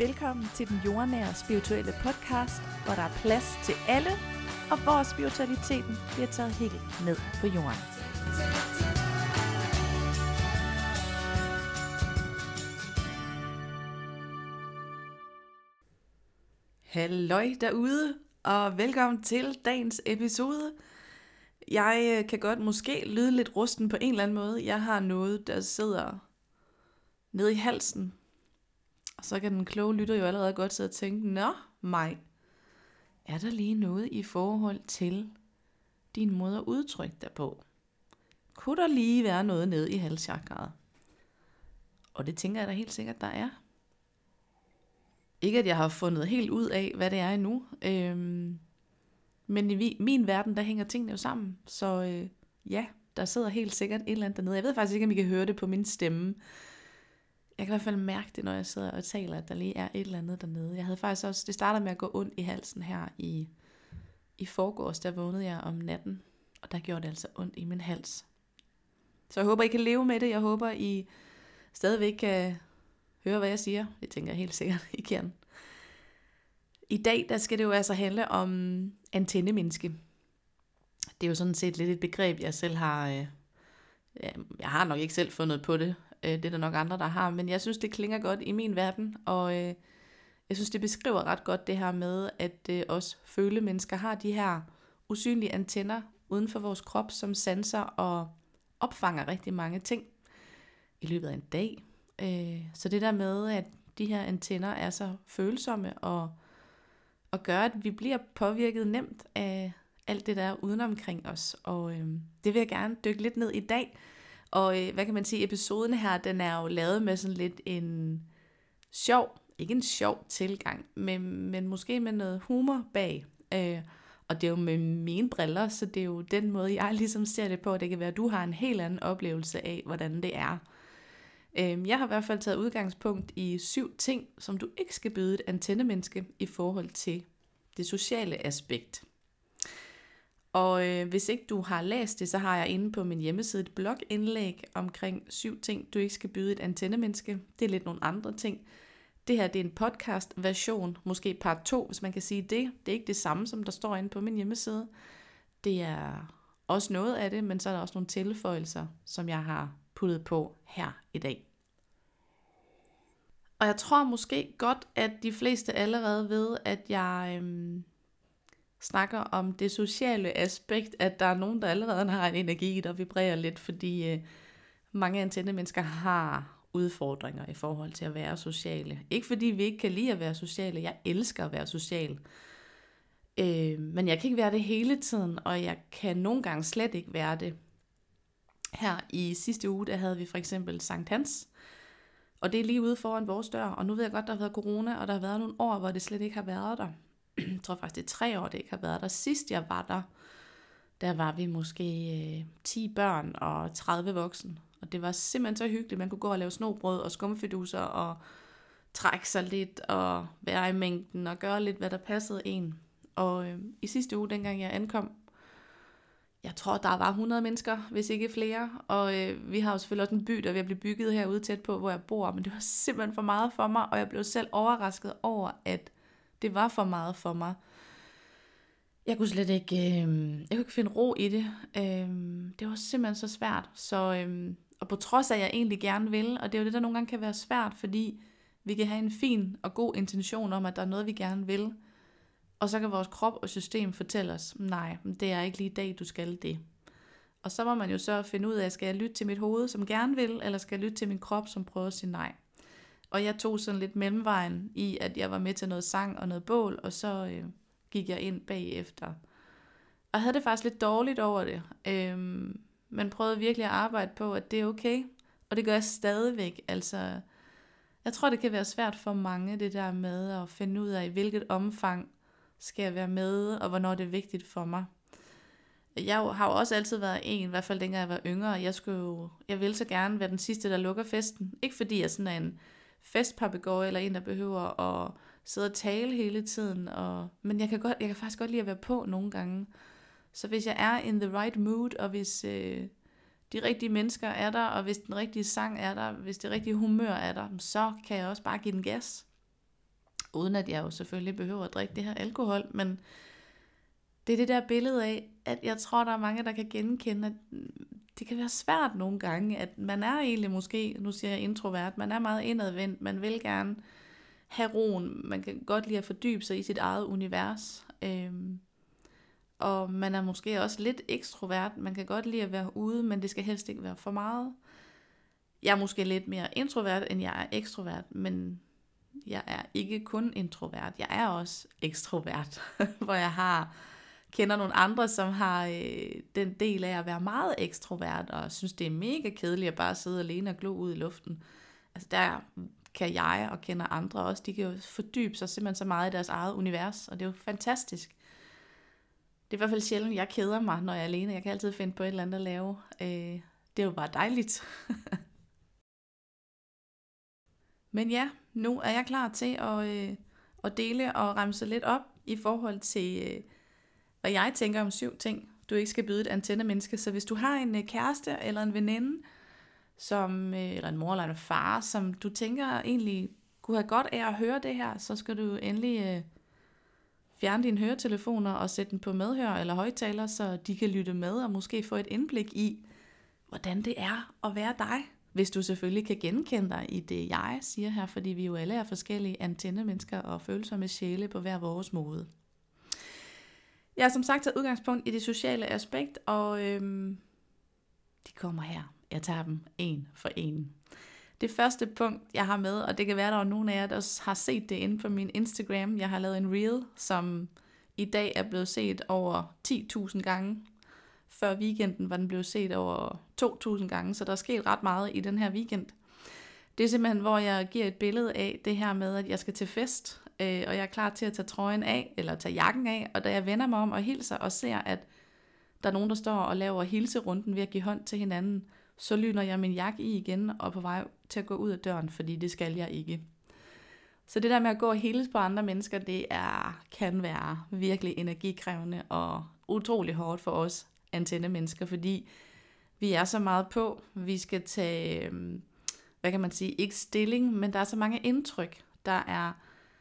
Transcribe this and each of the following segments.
Velkommen til den jordnære spirituelle podcast, hvor der er plads til alle, og hvor spiritualiteten bliver taget helt ned på jorden. Halløj derude, og velkommen til dagens episode. Jeg kan godt måske lyde lidt rusten på en eller anden måde. Jeg har noget, der sidder nede i halsen. Og så kan den kloge lytter jo allerede godt sidde og tænke, nå mig, er der lige noget i forhold til din måde at udtrykke dig på? Kunne der lige være noget nede i halschakraet? Og det tænker jeg da helt sikkert, der er. Ikke at jeg har fundet helt ud af, hvad det er endnu. Men i min verden, der hænger tingene jo sammen. Så ja, der sidder helt sikkert et eller andet dernede. Jeg ved faktisk ikke, om I kan høre det på min stemme. Jeg kan i hvert fald mærke det, når jeg sidder og taler, at der lige er et eller andet dernede. Jeg havde faktisk også, det startede med at gå ondt i halsen her i forgårs, der vågnede jeg om natten. Og der gjorde det altså ondt i min hals. Så jeg håber, I kan leve med det. Jeg håber, I stadigvæk kan høre, hvad jeg siger. Det tænker jeg helt sikkert, I kan. I dag, der skal det jo altså handle om antennemenneske. Det er jo sådan set lidt et begreb, jeg selv har... jeg har nok ikke selv fundet på det. Det er der nok andre, der har. Men jeg synes, det klinger godt i min verden. Og jeg synes, det beskriver ret godt det her med, at os følemennesker har de her usynlige antenner uden for vores krop, som sanser og opfanger rigtig mange ting i løbet af en dag. Så det der med, at de her antenner er så følsomme og gør, at vi bliver påvirket nemt af alt det der udenomkring os. Og det vil jeg gerne dykke lidt ned i dag. Og hvad kan man sige, episoden her, den er jo lavet med sådan lidt en sjov, ikke en sjov tilgang, men måske med noget humor bag. Og det er jo med mine briller, så det er jo den måde, jeg ligesom ser det på. Det kan være, at du har en helt anden oplevelse af, hvordan det er. Jeg har i hvert fald taget udgangspunkt i 7 ting, som du ikke skal byde et antennemenneske i forhold til det sociale aspekt. Og hvis ikke du har læst det, så har jeg inde på min hjemmeside et blogindlæg omkring 7 ting, du ikke skal byde et antennemenneske. Det er lidt nogle andre ting. Det her, det er en podcast version, måske part 2, hvis man kan sige det. Det er ikke det samme, som der står inde på min hjemmeside. Det er også noget af det, men så er der også nogle tilføjelser, som jeg har puttet på her i dag. Og jeg tror måske godt, at de fleste allerede ved, at jeg snakker om det sociale aspekt, at der er nogen, der allerede har en energi, der vibrerer lidt, fordi mange antennemennesker har udfordringer i forhold til at være sociale. Ikke fordi vi ikke kan lide at være sociale, jeg elsker at være social. Men jeg kan ikke være det hele tiden, og jeg kan nogle gange slet ikke være det. Her i sidste uge, der havde vi for eksempel Sankt Hans, og det er lige ude foran vores dør, og nu ved jeg godt, der har været corona, og der har været nogle år, hvor det slet ikke har været der. Jeg tror faktisk, det er 3 år, det ikke har været der. Sidst jeg var der var vi måske 10 børn og 30 voksne, og det var simpelthen så hyggeligt. Man kunne gå og lave snobrød og skumfiduser og trække sig lidt og være i mængden og gøre lidt, hvad der passede en. Og i sidste uge, dengang jeg ankom, jeg tror, der var 100 mennesker, hvis ikke flere. Og vi har jo selvfølgelig også en by, der er ved at blive bygget herude tæt på, hvor jeg bor. Men det var simpelthen for meget for mig, og jeg blev selv overrasket over, at det var for meget for mig. Jeg kunne slet ikke, jeg kunne ikke finde ro i det. Det var simpelthen så svært. Så, og på trods af, at jeg egentlig gerne vil, og det er jo det, der nogle gange kan være svært, fordi vi kan have en fin og god intention om, at der er noget, vi gerne vil. Og så kan vores krop og system fortælle os, nej, det er ikke lige i dag, du skal det. Og så må man jo så finde ud af, skal jeg lytte til mit hoved, som gerne vil, eller skal jeg lytte til min krop, som prøver at sige nej. Og jeg tog sådan lidt mellemvejen i, at jeg var med til noget sang og noget bål, og så gik jeg ind bagefter. Og havde det faktisk lidt dårligt over det, men prøvede virkelig at arbejde på, at det er okay. Og det gør jeg stadigvæk. Altså, jeg tror, det kan være svært for mange, det der med at finde ud af, i hvilket omfang skal jeg være med, og hvornår det er vigtigt for mig. Jeg har jo også altid været en, i hvert fald dengang jeg var yngre, jeg ville så gerne være den sidste, der lukker festen. Ikke fordi jeg sådan er en festpapegøje, eller en, der behøver at sidde og tale hele tiden. Men jeg kan faktisk godt lide at være på nogle gange. Så hvis jeg er in the right mood, og hvis de rigtige mennesker er der, og hvis den rigtige sang er der, hvis det rigtige humør er der, så kan jeg også bare give den gas. uden at jeg jo selvfølgelig behøver at drikke det her alkohol, men det er det der billede af, at jeg tror, der er mange, der kan genkende, at det kan være svært nogle gange, at man er egentlig måske, nu siger jeg introvert, man er meget indadvendt, man vil gerne have roen, man kan godt lide at fordybe sig i sit eget univers, og man er måske også lidt ekstrovert, man kan godt lide at være ude, men det skal helst ikke være for meget. Jeg er måske lidt mere introvert, end jeg er ekstrovert, men jeg er ikke kun introvert, jeg er også ekstrovert, hvor jeg kender nogle andre, som har den del af at være meget ekstrovert, og synes det er mega kedeligt at bare sidde alene og glo ud i luften. Altså der kan jeg og kender andre også, de kan jo fordybe sig simpelthen så meget i deres eget univers, og det er jo fantastisk. Det er i hvert fald sjældent, jeg keder mig, når jeg er alene. Jeg kan altid finde på et eller andet at lave. Det er jo bare dejligt. Men ja, nu er jeg klar til at dele og remse lidt op i forhold til, hvad jeg tænker om 7 ting, du ikke skal byde et antennemenneske. Så hvis du har en kæreste eller en veninde, eller en mor eller en far, som du tænker egentlig kunne have godt af at høre det her, så skal du endelig fjerne dine høretelefoner og sætte den på medhør eller højttaler, så de kan lytte med og måske få et indblik i, hvordan det er at være dig. Hvis du selvfølgelig kan genkende dig i det, jeg siger her, fordi vi jo alle er forskellige antennemennesker og følsomme sjæle på hver vores måde. Jeg har som sagt taget udgangspunkt i det sociale aspekt, og de kommer her. Jeg tager dem en for en. Det første punkt, jeg har med, og det kan være, der er nogen af jer, der også har set det inde på min Instagram. Jeg har lavet en reel, som i dag er blevet set over 10.000 gange. Før weekenden var den blevet set over 2.000 gange, så der er sket ret meget i den her weekend. Det er simpelthen, hvor jeg giver et billede af det her med, at jeg skal til fest, og jeg er klar til at tage trøjen af, eller tage jakken af, og da jeg vender mig om og hilser og ser, at der er nogen, der står og laver hilserunden ved at give hånd til hinanden, så lyner jeg min jakke i igen og er på vej til at gå ud af døren, fordi det skal jeg ikke. Så det der med at gå og hilse på andre mennesker, det kan være virkelig energikrævende og utrolig hårdt for os antennemennesker, fordi vi er så meget på, vi skal tage, hvad kan man sige, ikke stilling, men der er så mange indtryk. Der er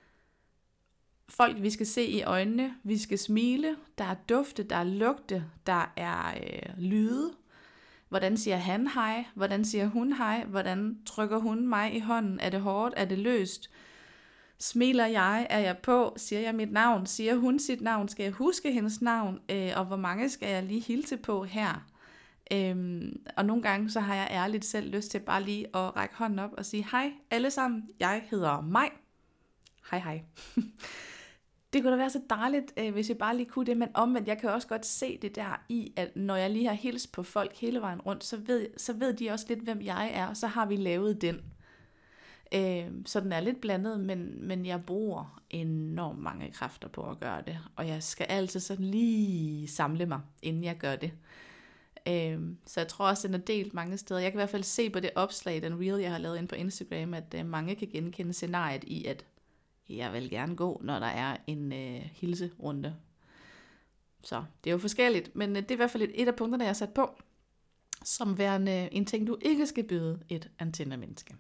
folk, vi skal se i øjnene, vi skal smile, der er dufte, der er lugte, der er lyde. Hvordan siger han hej? Hvordan siger hun hej? Hvordan trykker hun mig i hånden? Er det hårdt? Er det løst? Smiler jeg? Er jeg på? Siger jeg mit navn? Siger hun sit navn? Skal jeg huske hendes navn? Og hvor mange skal jeg lige hilse på her? Og nogle gange så har jeg ærligt selv lyst til bare lige at række hånden op og sige hej alle sammen. Jeg hedder Maj. Hej hej. Det kunne da være så dejligt, hvis jeg bare lige kunne det, men omvendt, jeg kan også godt se det der i, at når jeg lige har hilst på folk hele vejen rundt, så ved de også lidt, hvem jeg er, og så har vi lavet den. Så den er lidt blandet, men jeg bruger enormt mange kræfter på at gøre det, og jeg skal altid sådan lige samle mig, inden jeg gør det. Så jeg tror også, den er delt mange steder. Jeg kan i hvert fald se på det opslag, den reel, jeg har lavet inde på Instagram, at mange kan genkende scenariet i, at jeg vil gerne gå, når der er en hilserunde. Så det er jo forskelligt, men det er i hvert fald et af punkterne, jeg har sat på, som værende en ting, du ikke skal byde et antennemenneske.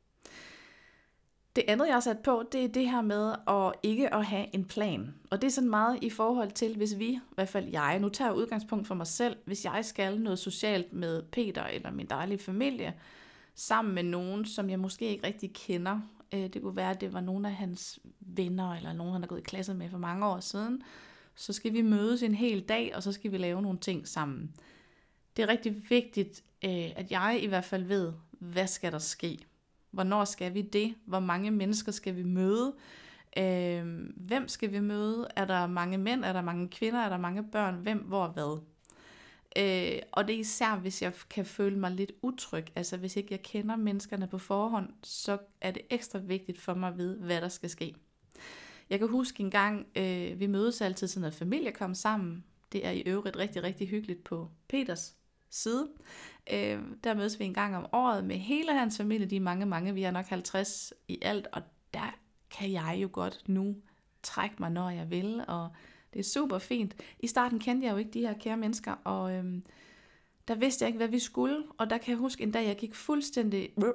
Det andet, jeg har sat på, det er det her med ikke at have en plan. Og det er sådan meget i forhold til, hvis vi, i hvert fald jeg, nu tager jeg udgangspunkt for mig selv, hvis jeg skal noget socialt med Peter eller min dejlige familie, sammen med nogen, som jeg måske ikke rigtig kender. Det kunne være, at det var nogle af hans venner, eller nogen, han har gået i klasse med for mange år siden. Så skal vi mødes en hel dag, og så skal vi lave nogle ting sammen. Det er rigtig vigtigt, at jeg i hvert fald ved, hvad skal der ske? Hvornår skal vi det? Hvor mange mennesker skal vi møde? Hvem skal vi møde? Er der mange mænd? Er der mange kvinder? Er der mange børn? Hvem? Hvor? Hvad? Og det er især, hvis jeg kan føle mig lidt utryg. Altså hvis ikke jeg kender menneskerne på forhånd, så er det ekstra vigtigt for mig at vide, hvad der skal ske. Jeg kan huske en gang, vi mødes altid sådan, at familie kom sammen. Det er i øvrigt rigtig, rigtig hyggeligt på Peters side. Der mødes vi en gang om året med hele hans familie. De er mange, vi er nok 50 i alt, og der kan jeg jo godt nu trække mig, når jeg vil, og det er super fint. I starten kendte jeg jo ikke de her kære mennesker, og der vidste jeg ikke, hvad vi skulle, og der kan jeg huske en dag, jeg gik fuldstændig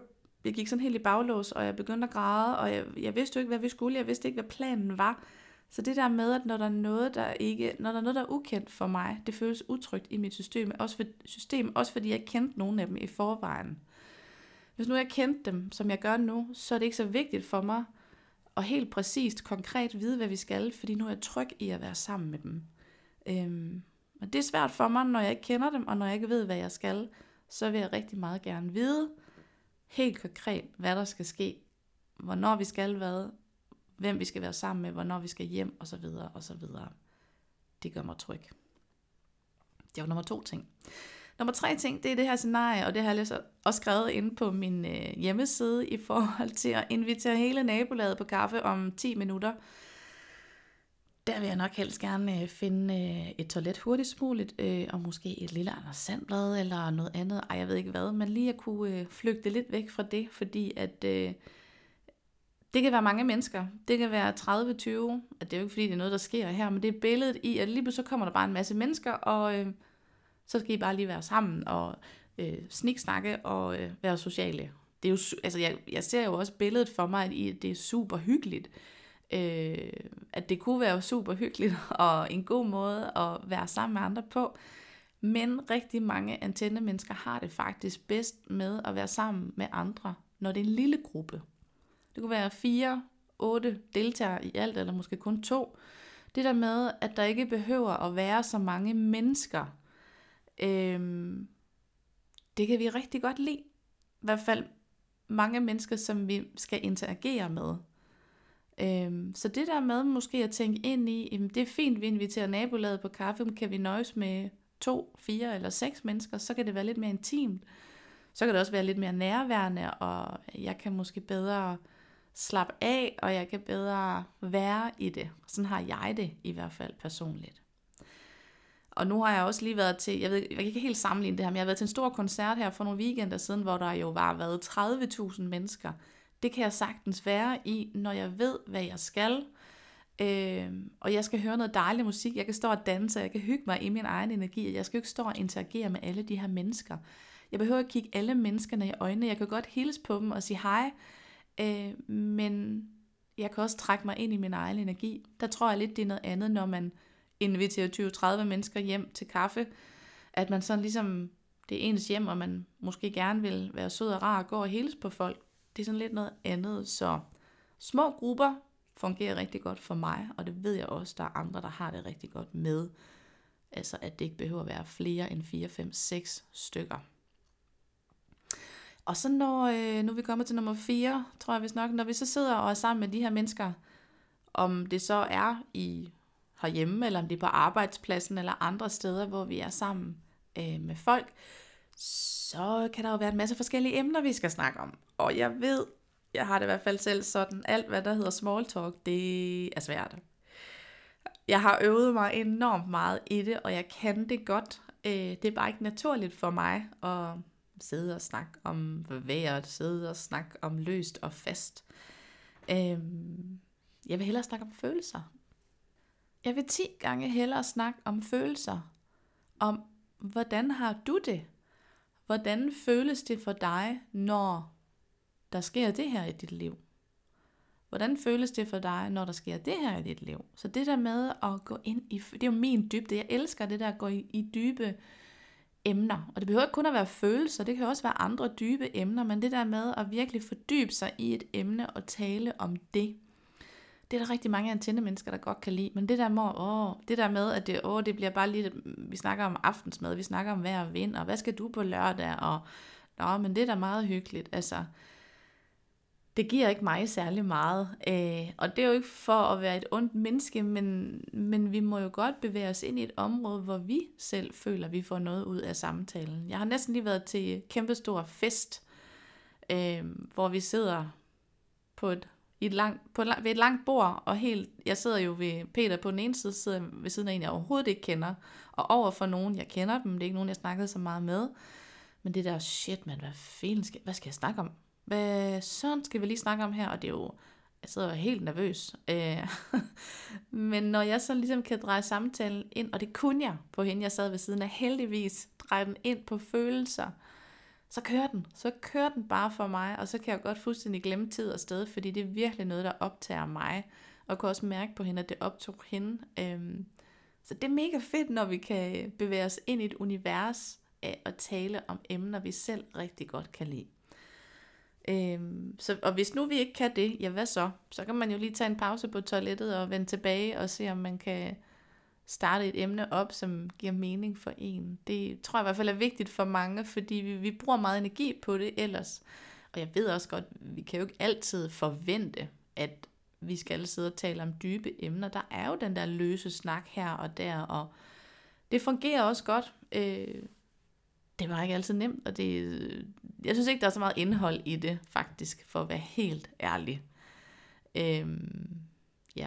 jeg gik sådan helt i baglås, og jeg begyndte at græde, og jeg vidste jo ikke, hvad vi skulle, jeg vidste ikke, hvad planen var. Så det der med, at når der er noget, der er ukendt for mig, det føles utrygt i mit system, også fordi jeg kendte nogle af dem i forvejen. Hvis nu jeg kendte dem, som jeg gør nu, så er det ikke så vigtigt for mig at helt præcist, konkret vide, hvad vi skal, fordi nu er jeg tryg i at være sammen med dem. Og det er svært for mig, når jeg ikke kender dem, og når jeg ikke ved, hvad jeg skal, så vil jeg rigtig meget gerne vide, helt konkret, hvad der skal ske, hvornår vi skal hvad, hvem vi skal være sammen med, hvornår vi skal hjem, osv. osv. Det gør mig tryg. Det var nummer 2 ting. Nummer 3 ting, det er det her scenarie, og det har jeg også skrevet inde på min hjemmeside i forhold til at invitere hele nabolaget på kaffe om 10 minutter. Der vil jeg nok helst gerne finde et toilet hurtigst muligt, og måske et lille Anders Sandblad eller noget andet. Jeg ved ikke hvad, men lige at kunne flygte lidt væk fra det, fordi at det kan være mange mennesker. Det kan være 30-20. Det er jo ikke fordi, det er noget, der sker her, men det er billedet i, at lige pludselig så kommer der bare en masse mennesker, og så skal I bare lige være sammen og sniksnakke og være sociale. Det er jo, altså jeg ser jo også billedet for mig, at det er super hyggeligt. At det kunne være super hyggeligt og en god måde at være sammen med andre på. Men rigtig mange antennemennesker har det faktisk bedst med at være sammen med andre, når det er en lille gruppe. Det kunne være 4-8 deltagere i alt, eller måske kun 2. Det der med, at der ikke behøver at være så mange mennesker, det kan vi rigtig godt lide. I hvert fald mange mennesker, som vi skal interagere med. Så det der med måske at tænke ind i, det er fint, vi inviterer nabolaget på kaffe, men kan vi nøjes med 2, 4 eller 6 mennesker, så kan det være lidt mere intimt. Så kan det også være lidt mere nærværende, og jeg kan måske bedre slappe af, og jeg kan bedre være i det. Sådan har jeg det i hvert fald personligt. Og nu har jeg også lige været til, jeg kan ikke helt sammenligne det her, men jeg har været til en stor koncert her for nogle weekender siden, hvor der jo var været 30.000 mennesker. Det kan jeg sagtens være i, når jeg ved, hvad jeg skal. Og jeg skal høre noget dejlig musik. Jeg kan stå og danse, jeg kan hygge mig i min egen energi. Jeg skal jo ikke stå og interagere med alle de her mennesker. Jeg behøver ikke kigge alle menneskerne i øjnene. Jeg kan godt hilse på dem og sige hej. Men jeg kan også trække mig ind i min egen energi. Der tror jeg lidt, det er noget andet, når man inviterer 20-30 mennesker hjem til kaffe. At man sådan ligesom, det er ens hjem, og man måske gerne vil være sød og rar og gå og hilse på folk. Det er sådan lidt noget andet, så små grupper fungerer rigtig godt for mig, og det ved jeg også, der er andre, der har det rigtig godt med. Altså, at det ikke behøver at være flere end 4, 5, 6 stykker. Og så når nu er vi kommet til nummer 4, tror jeg vist nok, når vi så sidder og er sammen med de her mennesker, om det så er herhjemme, eller om det er på arbejdspladsen, eller andre steder, hvor vi er sammen med folk, så kan der jo være en masse forskellige emner, vi skal snakke om. Og jeg ved, jeg har det i hvert fald selv sådan, alt hvad der hedder small talk, det er svært. Jeg har øvet mig enormt meget i det, og jeg kan det godt. Det er bare ikke naturligt for mig at sidde og snakke om vejret, sidde og snakke om løst og fast. Jeg vil hellere snakke om følelser. Jeg vil 10 gange hellere snakke om følelser. Om, hvordan har du det? Hvordan føles det for dig, når der sker det her i dit liv? Hvordan føles det for dig, når der sker det her i dit liv? Så det der med at gå ind i, det er jo min dybde. Jeg elsker det der at gå i dybe emner. Og det behøver ikke kun at være følelser, det kan også være andre dybe emner, men det der med at virkelig fordybe sig i et emne og tale om det. Det er der rigtig mange antennemennesker, der godt kan lide. Men det der med, at det bliver bare lige, vi snakker om aftensmad, vi snakker om vejr og vind, og hvad skal du på lørdag, og men det er da meget hyggeligt. Altså, det giver ikke mig særlig meget. Og det er jo ikke for at være et ondt menneske, men vi må jo godt bevæge os ind i et område, hvor vi selv føler, at vi får noget ud af samtalen. Jeg har næsten lige været til en kæmpestor fest, hvor vi sidder ved et langt bord, og jeg sidder jo ved Peter på den ene side, sidder ved siden af en, jeg overhovedet ikke kender, og over for nogen, jeg kender dem, det er ikke nogen, jeg snakkede så meget med, men det der, shit man, hvad skal jeg snakke om? Hvad sådan skal vi lige snakke om her? Og det er jo, jeg sidder jo helt nervøs. Men når jeg så ligesom kan dreje samtalen ind, og det kunne jeg på hende, jeg sad ved siden af, heldigvis dreje den ind på følelser, Så kører den bare for mig, og så kan jeg godt fuldstændig glemme tid og sted, fordi det er virkelig noget, der optager mig, og kan også mærke på hende, at det optog hende. Så det er mega fedt, når vi kan bevæge os ind i et univers af at tale om emner, vi selv rigtig godt kan lide. Og hvis nu vi ikke kan det, ja hvad så? Så kan man jo lige tage en pause på toilettet og vende tilbage og se, om man kan starte et emne op, som giver mening for en. Det tror jeg i hvert fald er vigtigt for mange, fordi vi bruger meget energi på det ellers. Og jeg ved også godt, vi kan jo ikke altid forvente, at vi skal sidde og tale om dybe emner. Der er jo den der løse snak her og der, og det fungerer også godt. Det var ikke altid nemt, og jeg synes ikke, der er så meget indhold i det, faktisk, for at være helt ærlig. Ja.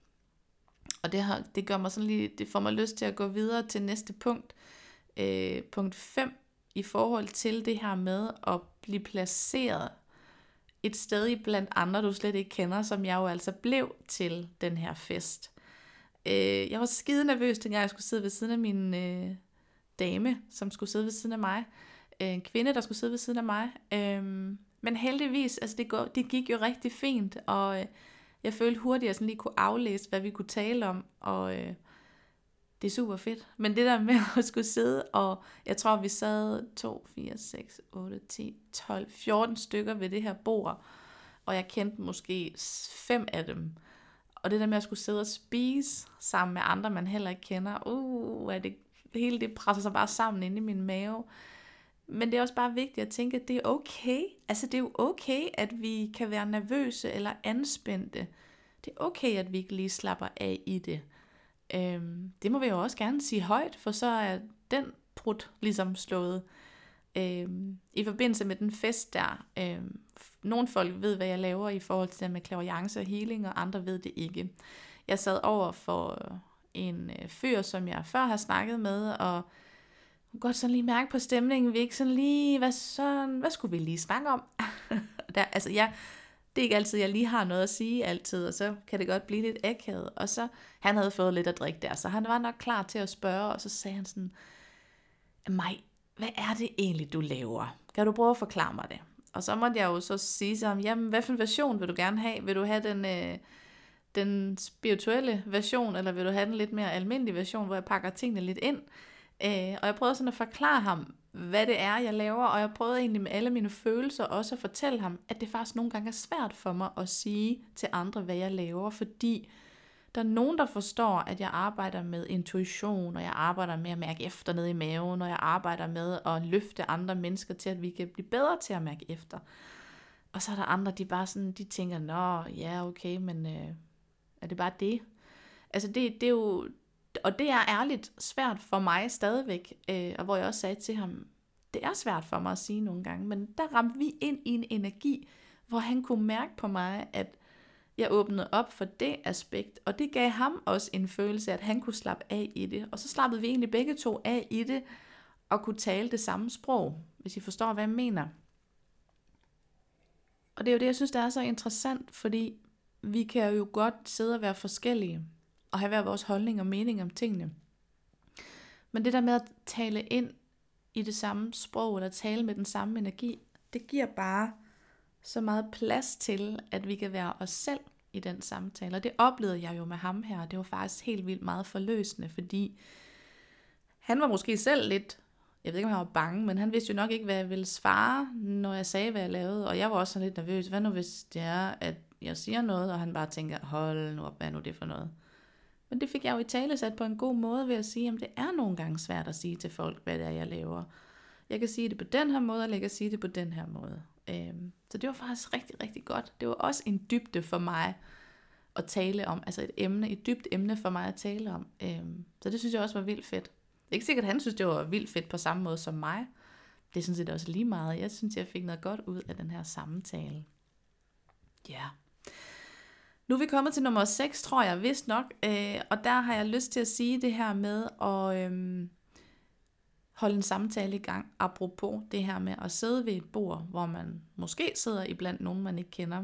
Og det gør mig sådan lige, det får mig lyst til at gå videre til næste punkt. Punkt 5, i forhold til det her med at blive placeret et sted i blandt andre, du slet ikke kender, som jeg jo altså blev til den her fest. Jeg var skide nervøs, dengang jeg skulle sidde ved siden af min dame, som skulle sidde ved siden af mig. En kvinde, der skulle sidde ved siden af mig. Men heldigvis, altså det gik jo rigtig fint, og jeg følte hurtigt, at jeg sådan lige kunne aflæse, hvad vi kunne tale om, og det er super fedt. Men det der med at skulle sidde, og jeg tror, vi sad 2, 4, 6, 8, 10, 12, 14 stykker ved det her bord, og jeg kendte måske 5 af dem. Og det der med at skulle sidde og spise sammen med andre, man heller ikke kender, hele det presser sig bare sammen inde i min mave. Men det er også bare vigtigt at tænke, at det er okay. Altså det er jo okay, at vi kan være nervøse eller anspændte. Det er okay, at vi ikke lige slapper af i det. Det må vi jo også gerne sige højt, for så er den prut ligesom slået. I forbindelse med den fest der, nogle folk ved, hvad jeg laver i forhold til det med clairvoyance og healing, og andre ved det ikke. Jeg sad over for en fyr, som jeg før har snakket med, og godt sådan lige mærke på stemningen. Vi ikke sådan lige, hvad skulle vi lige snakke om? Det er ikke altid, jeg lige har noget at sige altid, og så kan det godt blive lidt akavet. Og så, han havde fået lidt at drikke der, så han var nok klar til at spørge, og så sagde han sådan, Maj, hvad er det egentlig, du laver? Kan du prøve at forklare mig det? Og så måtte jeg jo så sige til ham, jamen, hvad for en version vil du gerne have? Vil du have den spirituelle version, eller vil du have den lidt mere almindelige version, hvor jeg pakker tingene lidt ind? Og jeg prøvede sådan at forklare ham, hvad det er, jeg laver, og jeg prøvede egentlig med alle mine følelser også at fortælle ham, at det faktisk nogle gange er svært for mig at sige til andre, hvad jeg laver, fordi der er nogen, der forstår, at jeg arbejder med intuition, og jeg arbejder med at mærke efter ned i maven, og jeg arbejder med at løfte andre mennesker til, at vi kan blive bedre til at mærke efter. Og så er der andre, de tænker, nå, ja, okay, men er det bare det? Altså det er jo, og det er ærligt svært for mig stadigvæk, og hvor jeg også sagde til ham, det er svært for mig at sige nogle gange, men der ramte vi ind i en energi, hvor han kunne mærke på mig, at jeg åbnede op for det aspekt, og det gav ham også en følelse af, at han kunne slappe af i det, og så slappede vi egentlig begge to af i det, og kunne tale det samme sprog, hvis I forstår, hvad jeg mener. Og det er jo det, jeg synes, der er så interessant, fordi vi kan jo godt sidde og være forskellige, og have hver vores holdning og mening om tingene. Men det der med at tale ind i det samme sprog, eller tale med den samme energi, det giver bare så meget plads til, at vi kan være os selv i den samtale. Og det oplevede jeg jo med ham her. Det var faktisk helt vildt meget forløsende, fordi han var måske selv lidt, jeg ved ikke om han var bange, men han vidste jo nok ikke, hvad jeg ville svare, når jeg sagde, hvad jeg lavede. Og jeg var også sådan lidt nervøs. Hvad nu hvis det er, at jeg siger noget, og han bare tænker, hold nu op, hvad er nu det for noget? Men det fik jeg jo i tale sat på en god måde ved at sige, at det er nogle gange svært at sige til folk, hvad det er, jeg laver. Jeg kan sige det på den her måde, eller jeg kan sige det på den her måde. Så det var faktisk rigtig, rigtig godt. Det var også en dybde for mig at tale om, altså et dybt emne for mig at tale om. Så det synes jeg også var vildt fedt. Det er ikke sikkert, at han synes, det var vildt fedt på samme måde som mig. Det synes jeg også lige meget. Jeg synes, jeg fik noget godt ud af den her samtale. Ja. Yeah. Nu er vi kommet til nummer 6, tror jeg, vist nok. Og der har jeg lyst til at sige det her med at holde en samtale i gang. Apropos det her med at sidde ved et bord, hvor man måske sidder iblandt nogen, man ikke kender.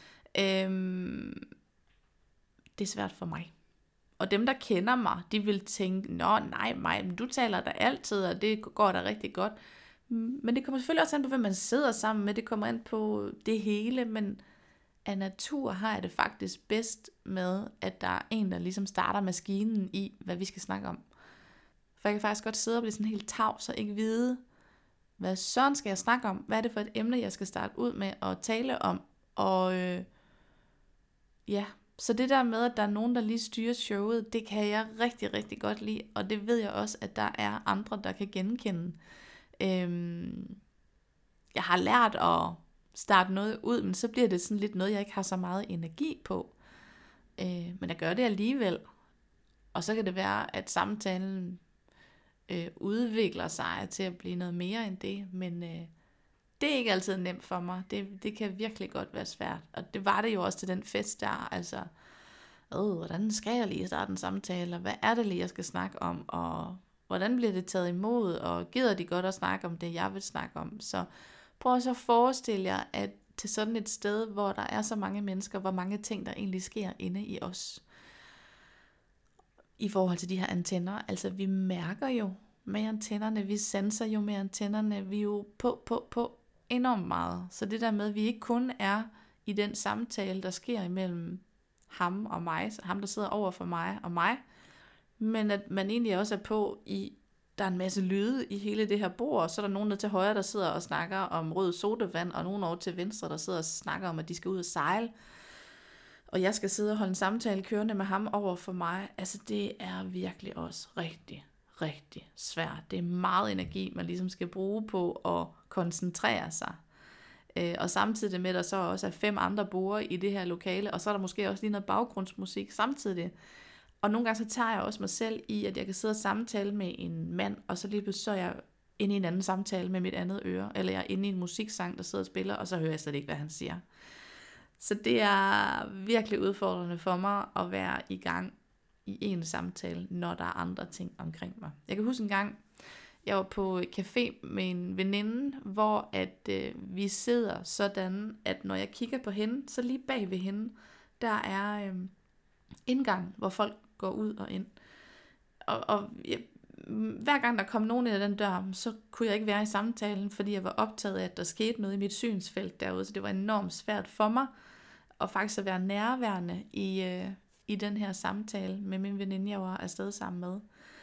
Det er svært for mig. Og dem, der kender mig, de vil tænke, nå nej, men du taler da altid, og det går da rigtig godt. Men det kommer selvfølgelig også an på, hvem man sidder sammen med. Det kommer an på det hele, men af natur har jeg det faktisk bedst med, at der er en, der ligesom starter maskinen i, hvad vi skal snakke om. For jeg kan faktisk godt sidde og blive sådan helt tavs og ikke vide, hvad sådan skal jeg snakke om? Hvad er det for et emne, jeg skal starte ud med at tale om? Og ja, så det der med, at der er nogen, der lige styrer showet, det kan jeg rigtig, rigtig godt lide. Og det ved jeg også, at der er andre, der kan genkende. Jeg har lært at starte noget ud, men så bliver det sådan lidt noget, jeg ikke har så meget energi på. Men jeg gør det alligevel. Og så kan det være, at samtalen udvikler sig til at blive noget mere end det. Men det er ikke altid nemt for mig. Det kan virkelig godt være svært. Og det var det jo også til den fest der. Altså, hvordan skal jeg lige starte en samtale? Og hvad er det lige, jeg skal snakke om? Og hvordan bliver det taget imod? Og gider de godt at snakke om det, jeg vil snakke om? Så prøv så at forestille jer, at til sådan et sted, hvor der er så mange mennesker, hvor mange ting, der egentlig sker inde i os. I forhold til de her antenner. Altså, vi mærker jo med antennerne, vi senser jo med antennerne, vi er jo på enormt meget. Så det der med, at vi ikke kun er i den samtale, der sker imellem ham og mig, ham der sidder over for mig og mig, men at man egentlig også er på der er en masse lyde i hele det her bord, og så er der nogen nede til højre, der sidder og snakker om rød sodavand, og nogen over til venstre, der sidder og snakker om, at de skal ud og sejle, og jeg skal sidde og holde en samtale kørende med ham over for mig. Altså det er virkelig også rigtig, rigtig svært. Det er meget energi, man ligesom skal bruge på at koncentrere sig. Og samtidig med, at der så også er 5 andre borde i det her lokale, og så er der måske også lige noget baggrundsmusik samtidig. Og nogle gange så tager jeg også mig selv i, at jeg kan sidde og samtale med en mand, og så lige pludselig så er jeg inde i en anden samtale med mit andet øre, eller jeg er inde i en musiksang, der sidder og spiller, og så hører jeg slet ikke, hvad han siger. Så det er virkelig udfordrende for mig at være i gang i en samtale, når der er andre ting omkring mig. Jeg kan huske en gang, jeg var på café med en veninde, hvor at vi sidder sådan, at når jeg kigger på hende, så lige bag ved hende, der er indgang, hvor folk går ud og ind. Og hver gang der kom nogen ind ad den dør, så kunne jeg ikke være i samtalen, fordi jeg var optaget af, at der skete noget i mit synsfelt derude, så det var enormt svært for mig at faktisk at være nærværende i den her samtale med min veninde, jeg var afsted sammen med.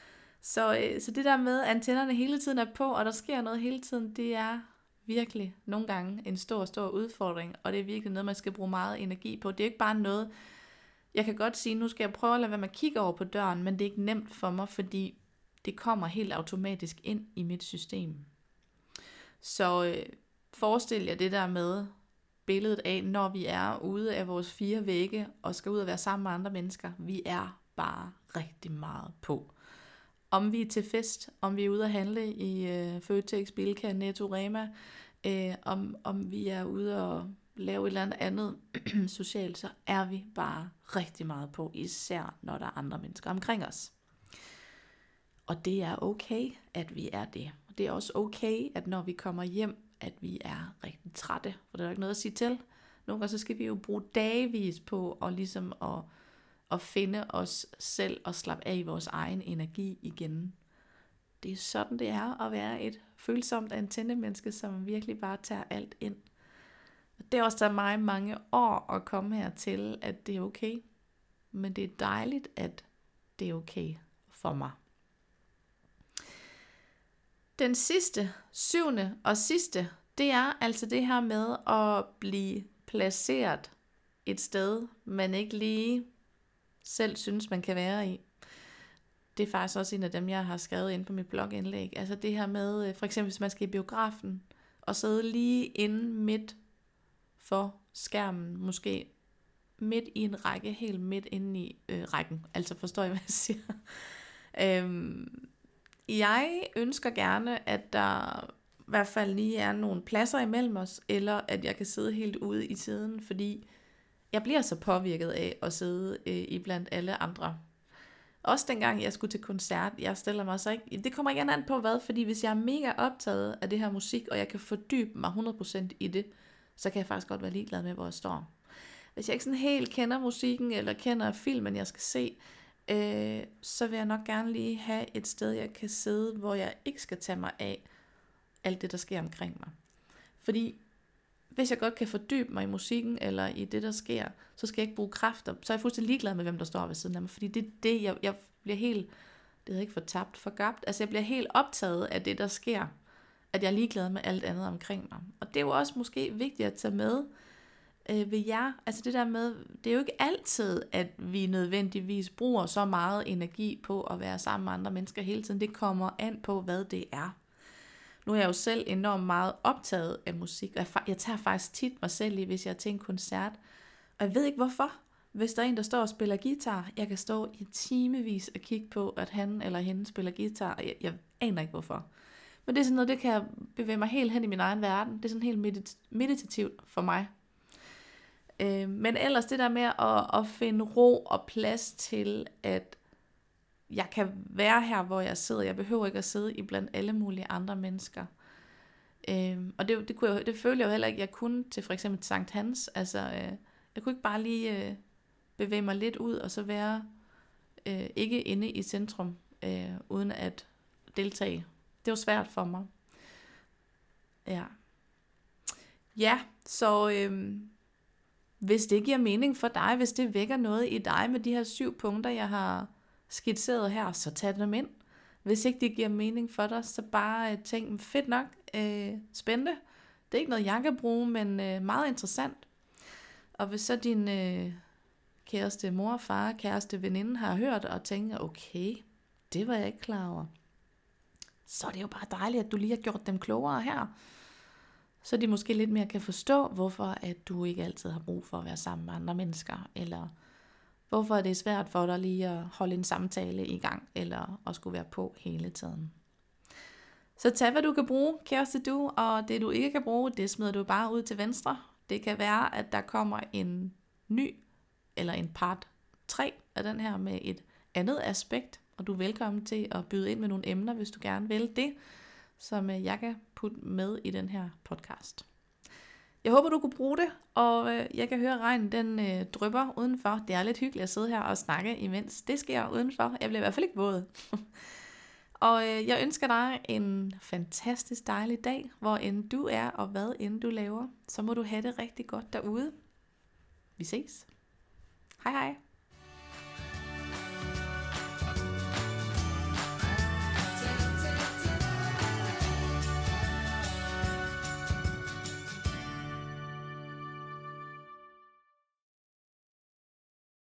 Så det der med, at antennerne hele tiden er på, og der sker noget hele tiden, det er virkelig nogle gange en stor, stor udfordring, og det er virkelig noget, man skal bruge meget energi på. Det er ikke bare noget, jeg kan godt sige, nu skal jeg prøve at lade være med at kigge over på døren, men det er ikke nemt for mig, fordi det kommer helt automatisk ind i mit system. Så forestil jer det der med billedet af, når vi er ude af vores 4 vægge, og skal ud og være sammen med andre mennesker. Vi er bare rigtig meget på. Om vi er til fest, om vi er ude at handle i Føtex, Bilka, Netto, Rema, om vi er ude og lave et eller andet socialt, så er vi bare rigtig meget på, især når der er andre mennesker omkring os. Og det er okay, at vi er det. Det er også okay, at når vi kommer hjem, at vi er rigtig trætte, for der er ikke noget at sige til. Nogle gange så skal vi jo bruge dagevis på at ligesom at finde os selv og slappe af i vores egen energi igen. Det er sådan, det er at være et følsomt antennemenneske, som virkelig bare tager alt ind. Det har også taget mig mange år at komme hertil, at det er okay. Men det er dejligt, at det er okay for mig. Den sidste, 7. og sidste, det er altså det her med at blive placeret et sted, man ikke lige selv synes, man kan være i. Det er faktisk også en af dem, jeg har skrevet ind på mit blogindlæg. Altså det her med, for eksempel hvis man skal i biografen, og sidde lige inde midt for skærmen, måske midt i en række, helt midt inde i rækken. Altså forstår I, hvad jeg siger? Jeg ønsker gerne, at der i hvert fald lige er nogle pladser imellem os, eller at jeg kan sidde helt ude i siden, fordi jeg bliver så påvirket af at sidde iblandt alle andre. Også dengang jeg skulle til koncert, jeg stiller mig så ikke, det kommer igen an på hvad, fordi hvis jeg er mega optaget af det her musik, og jeg kan fordybe mig 100% i det, så kan jeg faktisk godt være ligeglad med, hvor jeg står. Hvis jeg ikke sådan helt kender musikken, eller kender filmen, jeg skal se, så vil jeg nok gerne lige have et sted, jeg kan sidde, hvor jeg ikke skal tage mig af alt det, der sker omkring mig. Fordi hvis jeg godt kan fordybe mig i musikken, eller i det, der sker, så skal jeg ikke bruge kræfter. Så er jeg fuldstændig ligeglad med, hvem der står ved siden af mig. Fordi det er det, jeg bliver helt, det hedder ikke forgabt. Altså jeg bliver helt optaget af det, der sker. At jeg er ligeglad med alt andet omkring mig. Og det er jo også måske vigtigt at tage med ved jer. Altså det der med, det er jo ikke altid, at vi nødvendigvis bruger så meget energi på at være sammen med andre mennesker hele tiden. Det kommer an på, hvad det er. Nu er jeg jo selv enormt meget optaget af musik, og jeg tager faktisk tit mig selv i, hvis jeg er til en koncert. Og jeg ved ikke hvorfor. Hvis der er en, der står og spiller guitar, jeg kan stå i timevis og kigge på, at han eller hende spiller guitar, og jeg aner ikke hvorfor. Men det er sådan noget, det kan jeg bevæge mig helt hen i min egen verden. Det er sådan helt meditativt for mig. Men ellers det der med at finde ro og plads til, at jeg kan være her, hvor jeg sidder. Jeg behøver ikke at sidde i blandt alle mulige andre mennesker. Og det føler jeg jo heller ikke, jeg kunne til for eksempel Sankt Hans. Altså, jeg kunne ikke bare lige bevæge mig lidt ud, og så være ikke inde i centrum, uden at deltage. Det var svært for mig. Ja, så hvis det giver mening for dig, hvis det vækker noget i dig med de her 7 punkter, jeg har skitseret her, så tag dem ind. Hvis ikke det giver mening for dig, så bare tænk, fedt nok, spændende. Det er ikke noget, jeg kan bruge, men meget interessant. Og hvis så din kæreste mor, far, kæreste, veninde har hørt og tænker, okay, det var jeg ikke klar over, så er det jo bare dejligt, at du lige har gjort dem klogere her. Så de måske lidt mere kan forstå, hvorfor at du ikke altid har brug for at være sammen med andre mennesker, eller hvorfor det er svært for dig lige at holde en samtale i gang, eller at skulle være på hele tiden. Så tag, hvad du kan bruge, kæreste du, og det du ikke kan bruge, det smider du bare ud til venstre. Det kan være, at der kommer en ny, eller en part 3 af den her med et andet aspekt, og du er velkommen til at byde ind med nogle emner, hvis du gerne vil det, som jeg kan putte med i den her podcast. Jeg håber, du kunne bruge det, og jeg kan høre regnen, den drypper udenfor. Det er lidt hyggeligt at sidde her og snakke, imens det sker udenfor. Jeg bliver i hvert fald ikke våd. Og jeg ønsker dig en fantastisk dejlig dag, hvor end du er, og hvad end du laver. Så må du have det rigtig godt derude. Vi ses. Hej hej.